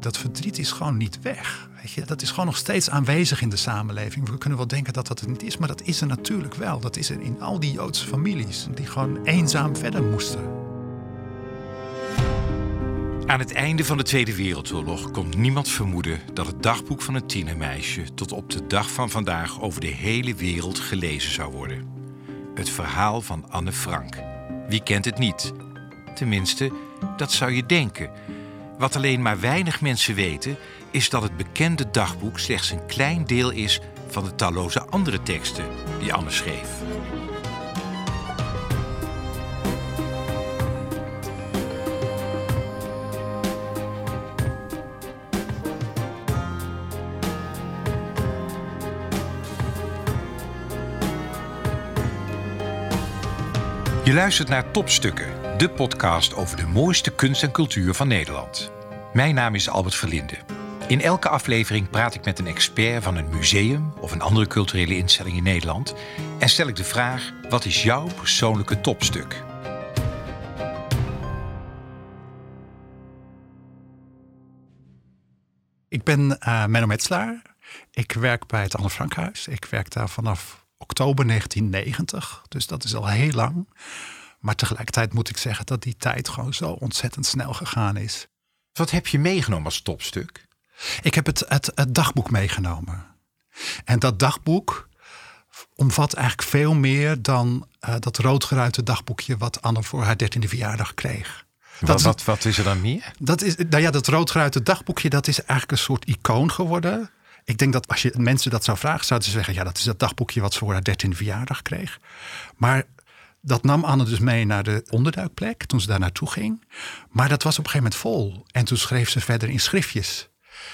Dat verdriet is gewoon niet weg. Weet je? Dat is gewoon nog steeds aanwezig in de samenleving. We kunnen wel denken dat dat het niet is, maar dat is er natuurlijk wel. Dat is er in al die Joodse families die gewoon eenzaam verder moesten. Aan het einde van de Tweede Wereldoorlog kon niemand vermoeden dat het dagboek van een tienermeisje tot op de dag van vandaag over de hele wereld gelezen zou worden. Het verhaal van Anne Frank. Wie kent het niet? Tenminste, dat zou je denken. Wat alleen maar weinig mensen weten, is dat het bekende dagboek slechts een klein deel is van de talloze andere teksten die Anne schreef. Je luistert naar Topstukken, de podcast over de mooiste kunst en cultuur van Nederland. Mijn naam is Albert Verlinde. In elke aflevering praat ik met een expert van een museum of een andere culturele instelling in Nederland en stel ik de vraag: wat is jouw persoonlijke topstuk? Ik ben Menno Metslaar. Ik werk bij het Anne Frankhuis. Ik werk daar vanaf oktober 1990, dus dat is al heel lang. Maar tegelijkertijd moet ik zeggen dat die tijd gewoon zo ontzettend snel gegaan is. Wat heb je meegenomen als topstuk? Ik heb het dagboek meegenomen. En dat dagboek omvat eigenlijk veel meer dan dat roodgeruite dagboekje wat Anne voor haar 13e verjaardag kreeg. Wat is er dan meer? Dat roodgeruite dagboekje, dat is eigenlijk een soort icoon geworden. Ik denk dat als je mensen dat zou vragen, zouden ze zeggen: ja, dat is dat dagboekje wat ze voor haar 13e verjaardag kreeg. Maar dat nam Anne dus mee naar de onderduikplek toen ze daar naartoe ging. Maar dat was op een gegeven moment vol. En toen schreef ze verder in schriftjes.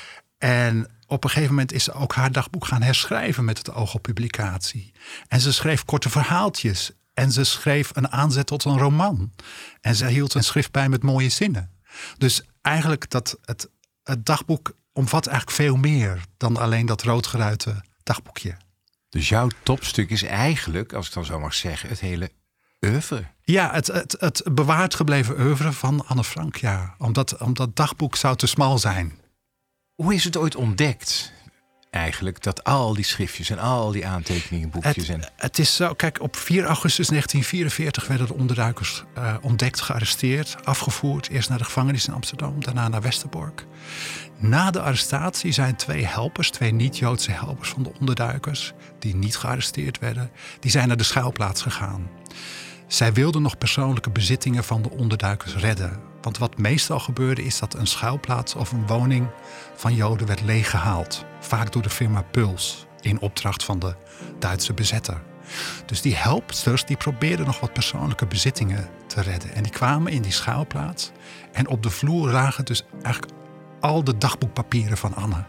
En op een gegeven moment is ze ook haar dagboek gaan herschrijven met het oog op publicatie. En ze schreef korte verhaaltjes. En ze schreef een aanzet tot een roman. En ze hield een schrift bij met mooie zinnen. Dus eigenlijk het dagboek omvat eigenlijk veel meer dan alleen dat roodgeruite dagboekje. Dus jouw topstuk is eigenlijk, als ik dan zo mag zeggen, het hele oeuvre. Ja, het bewaard gebleven oeuvre van Anne Frank, ja. Omdat dagboek zou te smal zijn. Hoe is het ooit ontdekt, eigenlijk, dat al die schriftjes en al die aantekeningen, boekjes... Het is zo, kijk, op 4 augustus 1944 werden de onderduikers ontdekt, gearresteerd, afgevoerd. Eerst naar de gevangenis in Amsterdam, daarna naar Westerbork. Na de arrestatie zijn 2 helpers, 2 niet-Joodse helpers van de onderduikers, die niet gearresteerd werden, die zijn naar de schuilplaats gegaan. Zij wilden nog persoonlijke bezittingen van de onderduikers redden. Want wat meestal gebeurde is dat een schuilplaats of een woning van Joden werd leeggehaald. Vaak door de firma Puls, in opdracht van de Duitse bezetter. Dus die helpsters die probeerden nog wat persoonlijke bezittingen te redden. En die kwamen in die schuilplaats. En op de vloer lagen dus eigenlijk al de dagboekpapieren van Anne.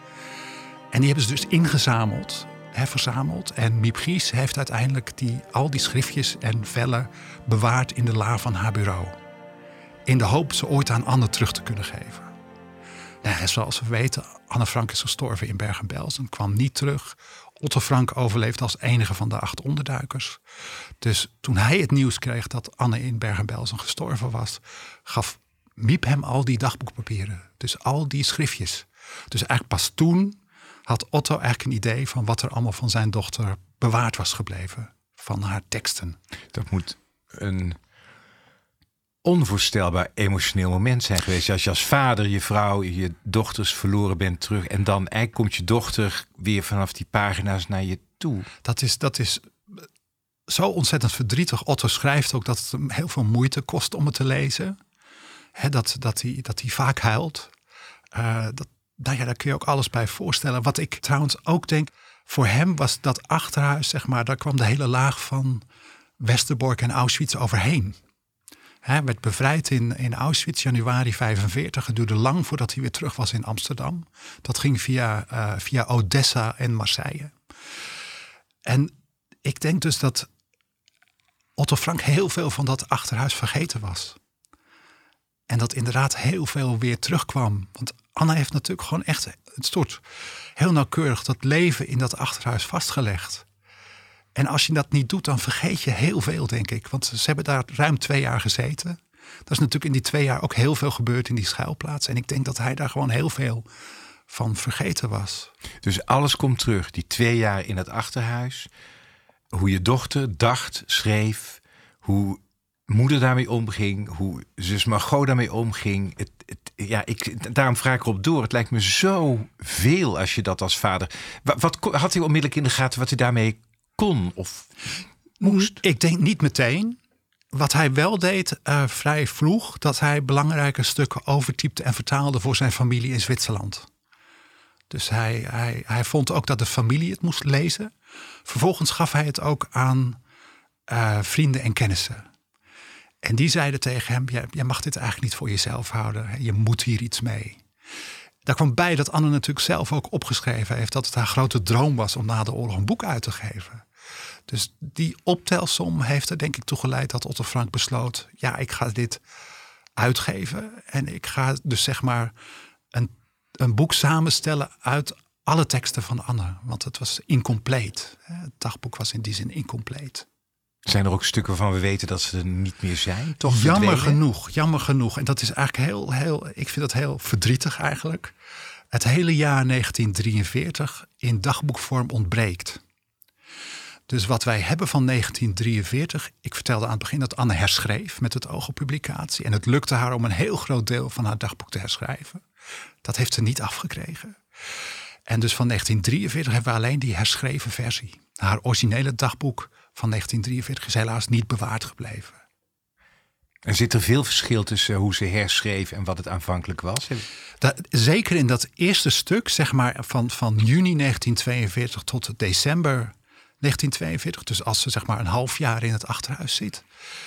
En die hebben ze dus verzameld. En Miep Gies heeft uiteindelijk al die schriftjes en vellen bewaard in de la van haar bureau. In de hoop ze ooit aan Anne terug te kunnen geven. Nou, zoals we weten, Anne Frank is gestorven in Bergen-Belsen, kwam niet terug. Otto Frank overleefde als enige van de 8 onderduikers. Dus toen hij het nieuws kreeg dat Anne in Bergen-Belsen gestorven was, gaf Miep hem al die dagboekpapieren. Dus al die schriftjes. Dus eigenlijk pas toen had Otto eigenlijk een idee van wat er allemaal van zijn dochter bewaard was gebleven. Van haar teksten. Dat moet een onvoorstelbaar emotioneel moment zijn geweest. Als je als vader, je vrouw, je dochters verloren bent terug. En dan eigenlijk komt je dochter weer vanaf die pagina's naar je toe. Dat is zo ontzettend verdrietig. Otto schrijft ook dat het hem heel veel moeite kost om het te lezen. Dat hij vaak huilt. Daar kun je ook alles bij voorstellen. Wat ik trouwens ook denk, voor hem was dat achterhuis, zeg maar, daar kwam de hele laag van Westerbork en Auschwitz overheen. Hij werd bevrijd in Auschwitz, januari 1945. Het duurde lang voordat hij weer terug was in Amsterdam. Dat ging via Odessa en Marseille. En ik denk dus dat Otto Frank heel veel van dat achterhuis vergeten was. En dat inderdaad heel veel weer terugkwam. Want Anne heeft natuurlijk gewoon echt een soort heel nauwkeurig dat leven in dat achterhuis vastgelegd. En als je dat niet doet, dan vergeet je heel veel, denk ik. Want ze hebben daar ruim 2 jaar gezeten. Dat is natuurlijk in die 2 jaar ook heel veel gebeurd in die schuilplaats. En ik denk dat hij daar gewoon heel veel van vergeten was. Dus alles komt terug. Die 2 jaar in het achterhuis. Hoe je dochter dacht, schreef. Hoe moeder daarmee omging. Hoe zus Margot daarmee omging. Daarom vraag ik erop door. Het lijkt me zo veel als je dat als vader... Wat had hij onmiddellijk in de gaten wat hij daarmee kon of moest? Ik denk niet meteen. Wat hij wel deed vrij vroeg... dat hij belangrijke stukken overtypte en vertaalde voor zijn familie in Zwitserland. Dus hij vond ook dat de familie het moest lezen. Vervolgens gaf hij het ook aan vrienden en kennissen. En die zeiden tegen hem, jij mag dit eigenlijk niet voor jezelf houden. Je moet hier iets mee. Daar kwam bij dat Anne natuurlijk zelf ook opgeschreven heeft... dat het haar grote droom was om na de oorlog een boek uit te geven. Dus die optelsom heeft er denk ik toe geleid dat Otto Frank besloot... ja, ik ga dit uitgeven en ik ga dus zeg maar een boek samenstellen uit alle teksten van Anne. Want het was incompleet. Het dagboek was in die zin incompleet. Zijn er ook stukken waarvan we weten dat ze er niet meer zijn? Toch jammer genoeg. En dat is eigenlijk ik vind dat heel verdrietig eigenlijk. Het hele jaar 1943 in dagboekvorm ontbreekt. Dus wat wij hebben van 1943... ik vertelde aan het begin dat Anne herschreef met het oog op publicatie. En het lukte haar om een heel groot deel van haar dagboek te herschrijven. Dat heeft ze niet afgekregen. En dus van 1943 hebben we alleen die herschreven versie. Haar originele dagboek van 1943 is helaas niet bewaard gebleven. En zit er veel verschil tussen hoe ze herschreef en wat het aanvankelijk was? Zeker in dat eerste stuk, zeg maar van juni 1942 tot december 1942. Dus als ze zeg maar een half jaar in het achterhuis zit.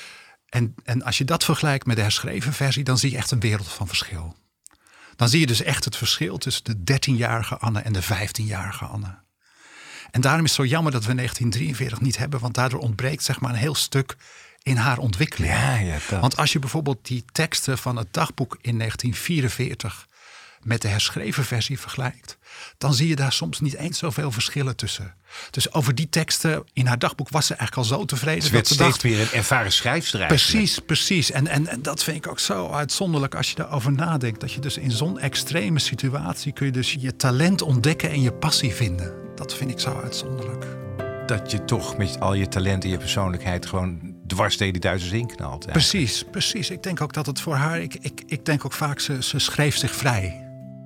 En als je dat vergelijkt met de herschreven versie, dan zie je echt een wereld van verschil. Dan zie je dus echt het verschil tussen de 13-jarige Anne en de 15-jarige Anne. En daarom is het zo jammer dat we 1943 niet hebben, want daardoor ontbreekt zeg maar een heel stuk in haar ontwikkeling. Ja, want als je bijvoorbeeld die teksten van het dagboek in 1944 met de herschreven versie vergelijkt, dan zie je daar soms niet eens zoveel verschillen tussen. Dus over die teksten in haar dagboek was ze eigenlijk al zo tevreden. Ze werd steeds meer een ervaren schrijfster eigenlijk. Precies. En dat vind ik ook zo uitzonderlijk als je daarover nadenkt. Dat je dus in zo'n extreme situatie kun je dus je talent ontdekken en je passie vinden. Dat vind ik zo uitzonderlijk. Dat je toch met al je talent en je persoonlijkheid gewoon dwars tegen die Duitsers inknalt. Precies. Ik denk ook dat het voor haar... Ik denk ook vaak, ze schreef zich vrij.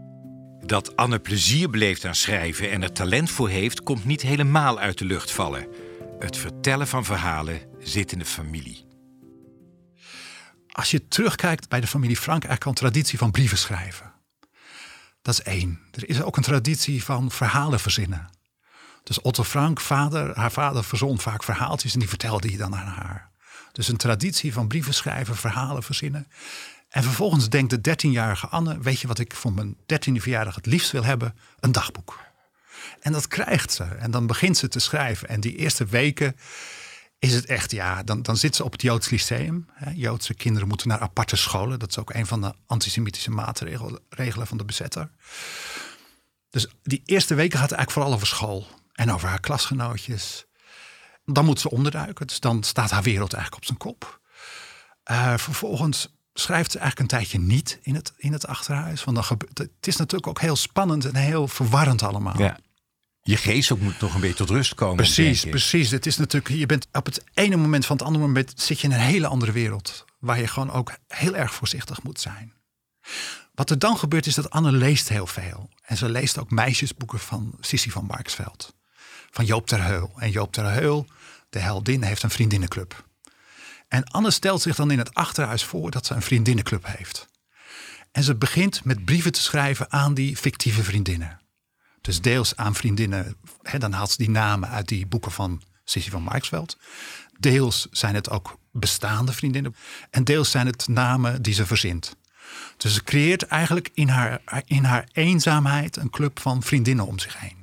Dat Anne plezier beleeft aan schrijven en er talent voor heeft, komt niet helemaal uit de lucht vallen. Het vertellen van verhalen zit in de familie. Als je terugkijkt bij de familie Frank, eigenlijk al een traditie van brieven schrijven. Dat is 1. Er is ook een traditie van verhalen verzinnen. Dus Otto Frank, haar vader verzon vaak verhaaltjes en die vertelde hij dan aan haar. Dus een traditie van brieven schrijven, verhalen verzinnen. En vervolgens denkt de 13-jarige Anne, weet je wat ik voor mijn 13e verjaardag het liefst wil hebben? Een dagboek. En dat krijgt ze. En dan begint ze te schrijven. En die eerste weken is het echt, dan zit ze op het Joods Lyceum. Joodse kinderen moeten naar aparte scholen. Dat is ook een van de antisemitische maatregelen van de bezetter. Dus die eerste weken gaat het eigenlijk vooral over school. En over haar klasgenootjes. Dan moet ze onderduiken. Dus dan staat haar wereld eigenlijk op zijn kop. Vervolgens schrijft ze eigenlijk een tijdje niet in het achterhuis. Want het is natuurlijk ook heel spannend en heel verwarrend allemaal. Ja. Je geest ook moet nog een beetje tot rust komen. Precies. Het is natuurlijk, je bent op het ene moment van het andere moment zit je in een hele andere wereld. Waar je gewoon ook heel erg voorzichtig moet zijn. Wat er dan gebeurt is dat Anne leest heel veel. En ze leest ook meisjesboeken van Sissy van Marksveld. Van Joop ter Heul. En Joop ter Heul, de heldin, heeft een vriendinnenclub. En Anne stelt zich dan in het achterhuis voor dat ze een vriendinnenclub heeft. En ze begint met brieven te schrijven aan die fictieve vriendinnen. Dus deels aan vriendinnen, dan haalt ze die namen uit die boeken van Sissy van Marksveld. Deels zijn het ook bestaande vriendinnen. En deels zijn het namen die ze verzint. Dus ze creëert eigenlijk in haar eenzaamheid een club van vriendinnen om zich heen.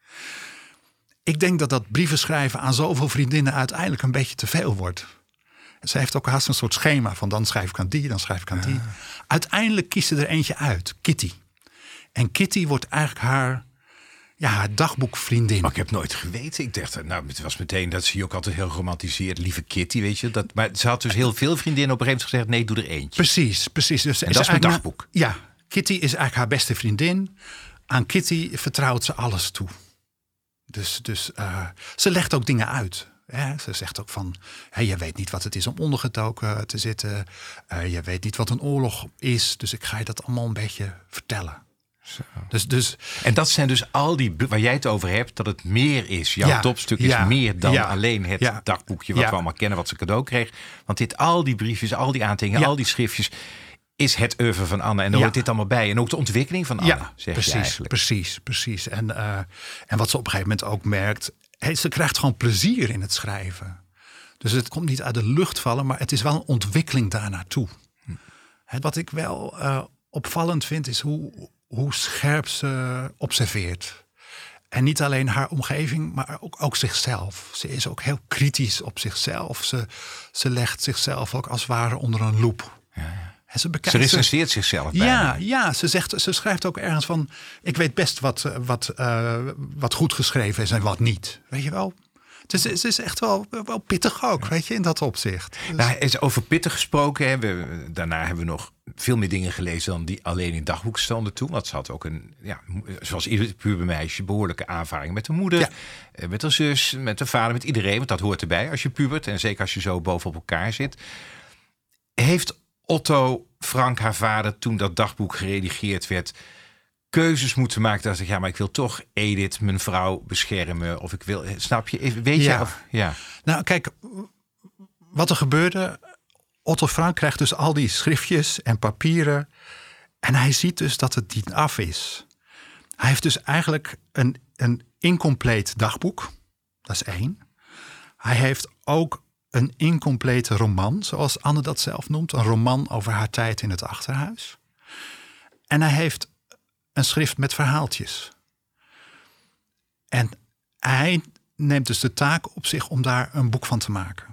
Ik denk dat brieven schrijven aan zoveel vriendinnen uiteindelijk een beetje te veel wordt. Ze heeft ook haast een soort schema van dan schrijf ik aan die, dan schrijf ik aan die. Uiteindelijk kiest ze er eentje uit, Kitty. En Kitty wordt eigenlijk haar dagboekvriendin. Oh, ik heb nooit geweten. Ik dacht, het was meteen dat ze je ook altijd heel romantiseert. Lieve Kitty, weet je. Maar ze had dus heel veel vriendinnen op een gegeven moment gezegd, nee, doe er eentje. Precies. Dus en dat is mijn dagboek. Ja, Kitty is eigenlijk haar beste vriendin. Aan Kitty vertrouwt ze alles toe. Dus ze legt ook dingen uit. Ja, ze zegt ook van, je weet niet wat het is om ondergedoken te zitten. Je weet niet wat een oorlog is. Dus ik ga je dat allemaal een beetje vertellen. Zo. Dus, en dat zijn dus al die, waar jij het over hebt, dat het meer is. Jouw topstuk is meer dan alleen het dagboekje wat we allemaal kennen, wat ze cadeau kreeg. Want al die briefjes, al die aantekeningen, al die schriftjes, is het oeuvre van Anne. En daar hoort dit allemaal bij. En ook de ontwikkeling van Anne, zeg je eigenlijk. Precies. En wat ze op een gegeven moment ook merkt, ze krijgt gewoon plezier in het schrijven. Dus het komt niet uit de lucht vallen, maar het is wel een ontwikkeling daar naartoe. Wat ik wel opvallend vind, is hoe scherp ze observeert. En niet alleen haar omgeving, maar ook zichzelf. Ze is ook heel kritisch op zichzelf. Ze legt zichzelf ook als het ware onder een loep. En ze recenseert zichzelf bijna. Ja, ze schrijft ook ergens van, ik weet best wat goed geschreven is en wat niet. Weet je wel? Dus het is echt wel pittig ook, weet je, in dat opzicht. Dus... Nou, is over pittig gesproken. Daarna hebben we nog veel meer dingen gelezen dan die alleen in dagboek stonden toen. Want ze had ook zoals ieder pubermeisje, behoorlijke aanvaring met de moeder. Met haar zus, met de vader, met iedereen. Want dat hoort erbij als je pubert. En zeker als je zo bovenop elkaar zit. Heeft Otto Frank, haar vader, toen dat dagboek geredigeerd werd, keuzes moeten maken? Dat ik, maar ik wil toch Edith, mijn vrouw, beschermen. Of ik wil, snap je? Weet je? Of, Nou, kijk, wat er gebeurde. Otto Frank krijgt dus al die schriftjes en papieren. En hij ziet dus dat het niet af is. Hij heeft dus eigenlijk een incompleet dagboek. Dat is 1. Hij heeft ook een incomplete roman, zoals Anne dat zelf noemt. Een roman over haar tijd in het achterhuis. En hij heeft een schrift met verhaaltjes. En hij neemt dus de taak op zich om daar een boek van te maken.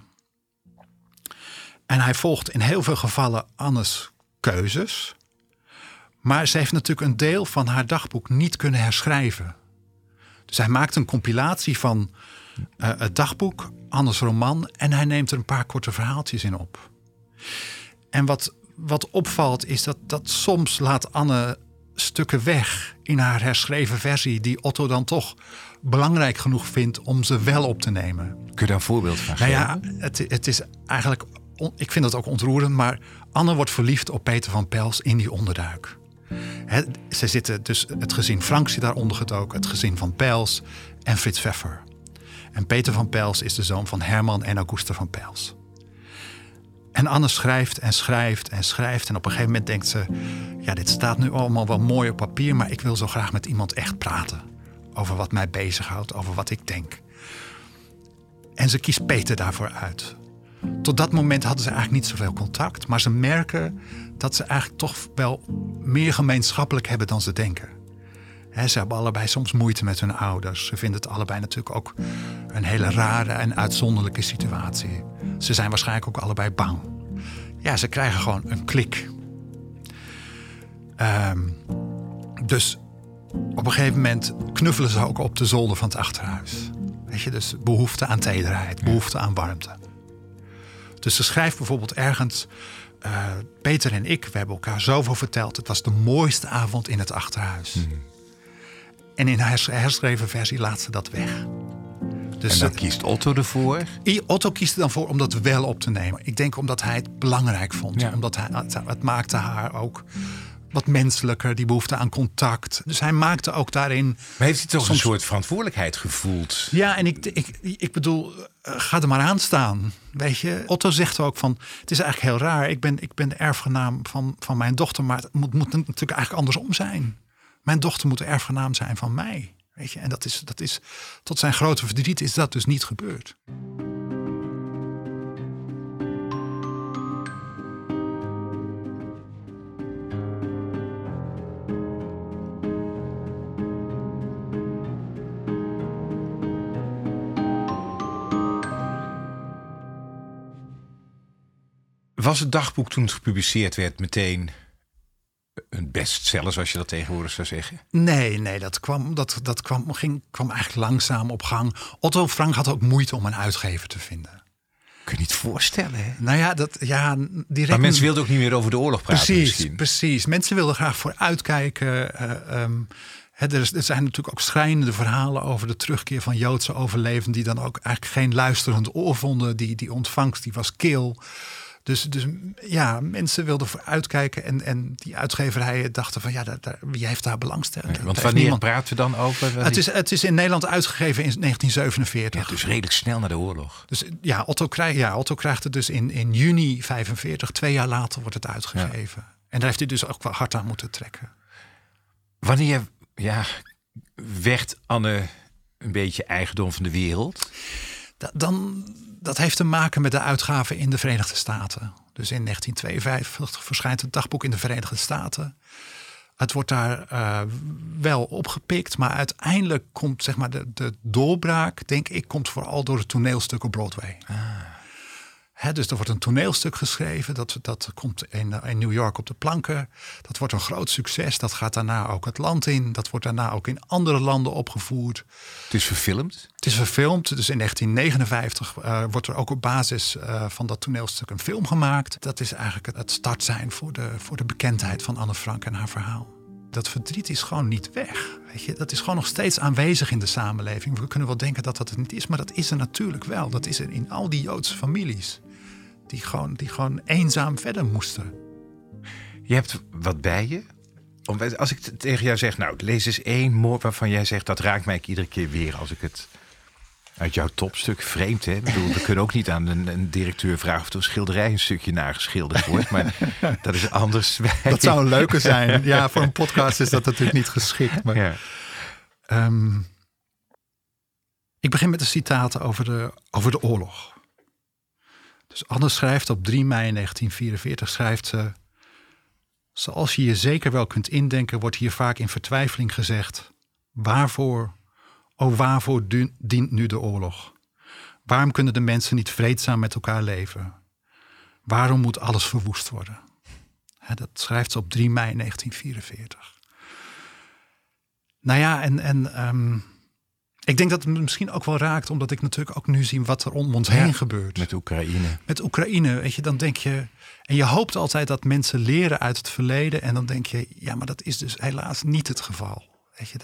En hij volgt in heel veel gevallen Annes keuzes. Maar ze heeft natuurlijk een deel van haar dagboek niet kunnen herschrijven. Dus hij maakt een compilatie van het dagboek, Annes roman, en hij neemt er een paar korte verhaaltjes in op. En wat opvalt is dat soms laat Anne stukken weg in haar herschreven versie die Otto dan toch belangrijk genoeg vindt om ze wel op te nemen. Kun je daar een voorbeeld van geven? Nou ja, het is eigenlijk, ik vind dat ook ontroerend, maar Anne wordt verliefd op Peter van Pels in die onderduik. Ze zitten dus, het gezin Frank zit daar ondergedoken, het gezin van Pels en Frits Pfeffer. En Peter van Pels is de zoon van Herman en Auguste van Pels. En Anne schrijft en schrijft en schrijft. En op een gegeven moment denkt ze, dit staat nu allemaal wel mooi op papier, maar ik wil zo graag met iemand echt praten. Over wat mij bezighoudt, over wat ik denk. En ze kiest Peter daarvoor uit. Tot dat moment hadden ze eigenlijk niet zoveel contact. Maar ze merken dat ze eigenlijk toch wel meer gemeenschappelijk hebben dan ze denken. Ze hebben allebei soms moeite met hun ouders. Ze vinden het allebei natuurlijk ook een hele rare en uitzonderlijke situatie. Ze zijn waarschijnlijk ook allebei bang. Ja, ze krijgen gewoon een klik. Dus op een gegeven moment knuffelen ze ook op de zolder van het achterhuis. Weet je, dus behoefte aan tederheid, behoefte aan warmte. Dus ze schrijft bijvoorbeeld ergens, Peter en ik, we hebben elkaar zoveel verteld. Het was de mooiste avond in het achterhuis. En in haar herschreven versie laat ze dat weg. Dus en dan kiest Otto ervoor? Otto kiest er dan voor om dat wel op te nemen. Ik denk omdat hij het belangrijk vond. Ja. Omdat het maakte haar ook wat menselijker, die behoefte aan contact. Dus hij maakte ook daarin... Maar heeft hij toch soms een soort verantwoordelijkheid gevoeld? Ja, en ik bedoel, ga er maar aan staan. Weet je, Otto zegt ook van, het is eigenlijk heel raar. Ik ben de erfgenaam van mijn dochter, maar het moet natuurlijk eigenlijk andersom zijn. Mijn dochter moet de erfgenaam zijn van mij. Weet je, en dat is tot zijn grote verdriet is dat dus niet gebeurd. Was het dagboek toen het gepubliceerd werd meteen een bestseller, zoals je dat tegenwoordig zou zeggen? Nee, dat kwam eigenlijk langzaam op gang. Otto Frank had ook moeite om een uitgever te vinden. Kun je niet voorstellen, hè? Nou ja, direct. Maar mensen wilden ook niet meer over de oorlog praten. Precies. Mensen wilden graag vooruitkijken. Er zijn natuurlijk ook schrijnende verhalen over de terugkeer van Joodse overlevenden die dan ook eigenlijk geen luisterend oor vonden. Die ontvangst die was kil. Dus ja, mensen wilden vooruitkijken en die uitgeverijen dachten van wie heeft daar belangstelling? Nee, want wanneer praten we dan over? Het is in Nederland uitgegeven in 1947. Ja, dus redelijk snel na de oorlog. Dus Otto krijgt het dus in juni 45. 2 jaar later wordt het uitgegeven. Ja. En daar heeft hij dus ook wel hard aan moeten trekken. Wanneer werd Anne een beetje eigendom van de wereld? Dat heeft te maken met de uitgaven in de Verenigde Staten. Dus in 1952 verschijnt het dagboek in de Verenigde Staten. Het wordt daar wel opgepikt, maar uiteindelijk komt zeg maar de doorbraak, denk ik, komt vooral door het toneelstuk op Broadway. Dus er wordt een toneelstuk geschreven, dat komt in New York op de planken. Dat wordt een groot succes, dat gaat daarna ook het land in. Dat wordt daarna ook in andere landen opgevoerd. Het is verfilmd? Het is verfilmd, dus in 1959 wordt er ook op basis van dat toneelstuk een film gemaakt. Dat is eigenlijk het startsein voor de bekendheid van Anne Frank en haar verhaal. Dat verdriet is gewoon niet weg. Weet je? Dat is gewoon nog steeds aanwezig in de samenleving. We kunnen wel denken dat dat het niet is, maar dat is er natuurlijk wel. Dat is er in al die Joodse families. Die gewoon eenzaam verder moesten. Je hebt wat bij je? Als ik tegen jou zeg, nou, lees eens 1 moord waarvan jij zegt, dat raakt mij iedere keer weer als ik het uit jouw topstuk. Vreemd, hè? Ik bedoel, we kunnen ook niet aan een directeur vragen of er een schilderij een stukje nageschilderd wordt. Maar dat is anders. Dat zou een leuke zijn. Ja, voor een podcast is dat natuurlijk niet geschikt. Maar, ja. Ik begin met een citaat over de oorlog. Dus Anne schrijft op 3 mei 1944, schrijft ze: zoals je je zeker wel kunt indenken, wordt hier vaak in vertwijfeling gezegd: waarvoor dient nu de oorlog? Waarom kunnen de mensen niet vreedzaam met elkaar leven? Waarom moet alles verwoest worden? Dat schrijft ze op 3 mei 1944. Nou ja, ik denk dat het me misschien ook wel raakt, omdat ik natuurlijk ook nu zie wat er om ons heen gebeurt. Met Oekraïne. Met Oekraïne, weet je, dan denk je. En je hoopt altijd dat mensen leren uit het verleden. En dan denk je, ja, maar dat is dus helaas niet het geval. Weet je,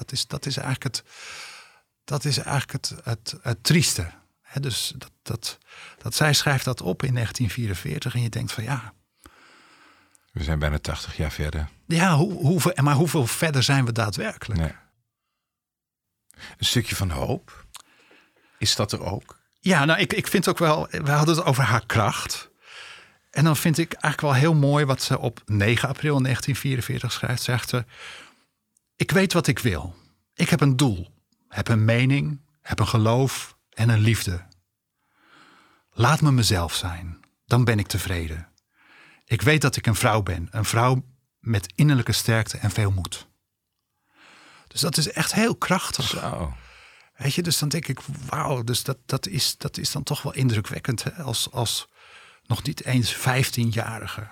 dat is eigenlijk het trieste. Dus dat zij schrijft dat op in 1944 en je denkt van ja. We zijn bijna 80 jaar verder. Ja, maar hoeveel verder zijn we daadwerkelijk? Nee. Een stukje van hoop. Is dat er ook? Ja, nou ik vind ook wel, we hadden het over haar kracht. En dan vind ik eigenlijk wel heel mooi wat ze op 9 april 1944 schrijft. Zegt ze: ik weet wat ik wil. Ik heb een doel. Heb een mening. Heb een geloof en een liefde. Laat me mezelf zijn. Dan ben ik tevreden. Ik weet dat ik een vrouw ben. Een vrouw met innerlijke sterkte en veel moed. Dus dat is echt heel krachtig. Zo. Weet je, dus dan denk ik, wauw, dus dat is dan toch wel indrukwekkend, hè? Als nog niet eens 15-jarige.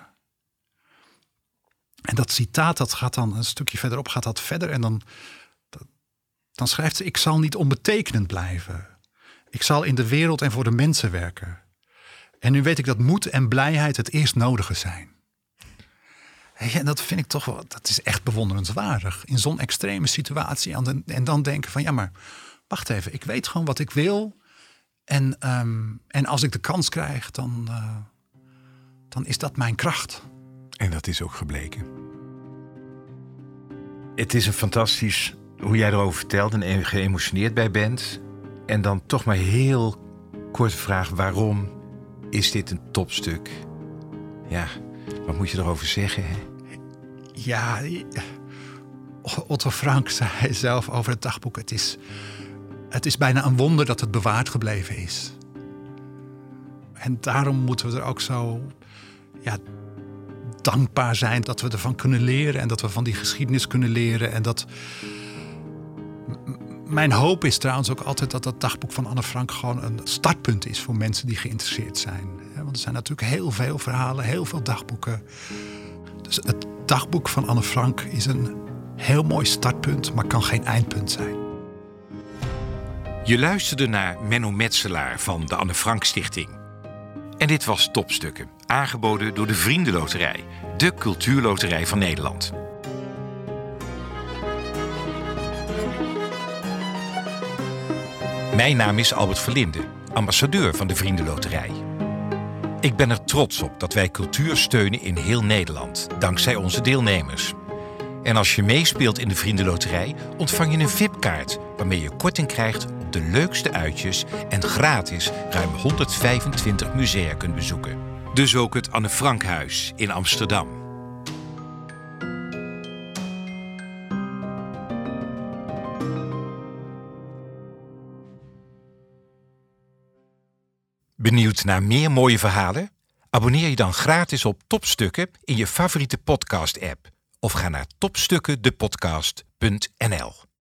En dat citaat, dat gaat dan een stukje verderop, gaat dat verder. En dan schrijft ze: ik zal niet onbetekenend blijven. Ik zal in de wereld en voor de mensen werken. En nu weet ik dat moed en blijheid het eerst nodige zijn. En dat vind ik toch wel, dat is echt bewonderenswaardig. In zo'n extreme situatie. En dan denken van, ja, maar wacht even. Ik weet gewoon wat ik wil. En als ik de kans krijg, dan is dat mijn kracht. En dat is ook gebleken. Het is een fantastisch hoe jij erover vertelt en geëmotioneerd bij bent. En dan toch maar heel korte vraag: waarom is dit een topstuk? Ja, wat moet je erover zeggen, hè? Ja, Otto Frank zei zelf over het dagboek: het is bijna een wonder dat het bewaard gebleven is. En daarom moeten we er ook zo dankbaar zijn dat we ervan kunnen leren en dat we van die geschiedenis kunnen leren. En dat. Mijn hoop is trouwens ook altijd dat dat dagboek van Anne Frank gewoon een startpunt is voor mensen die geïnteresseerd zijn. Want er zijn natuurlijk heel veel verhalen, heel veel dagboeken. Dus Het dagboek van Anne Frank is een heel mooi startpunt, maar kan geen eindpunt zijn. Je luisterde naar Menno Metselaar van de Anne Frank Stichting. En dit was Topstukken, aangeboden door de Vriendenloterij, de cultuurloterij van Nederland. Mijn naam is Albert Verlinde, ambassadeur van de Vriendenloterij. Ik ben er trots op dat wij cultuur steunen in heel Nederland, dankzij onze deelnemers. En als je meespeelt in de Vriendenloterij, ontvang je een VIP-kaart waarmee je korting krijgt op de leukste uitjes en gratis ruim 125 musea kunt bezoeken. Dus ook het Anne Frankhuis in Amsterdam. Benieuwd naar meer mooie verhalen? Abonneer je dan gratis op Topstukken in je favoriete podcast-app. Of ga naar topstukkendepodcast.nl.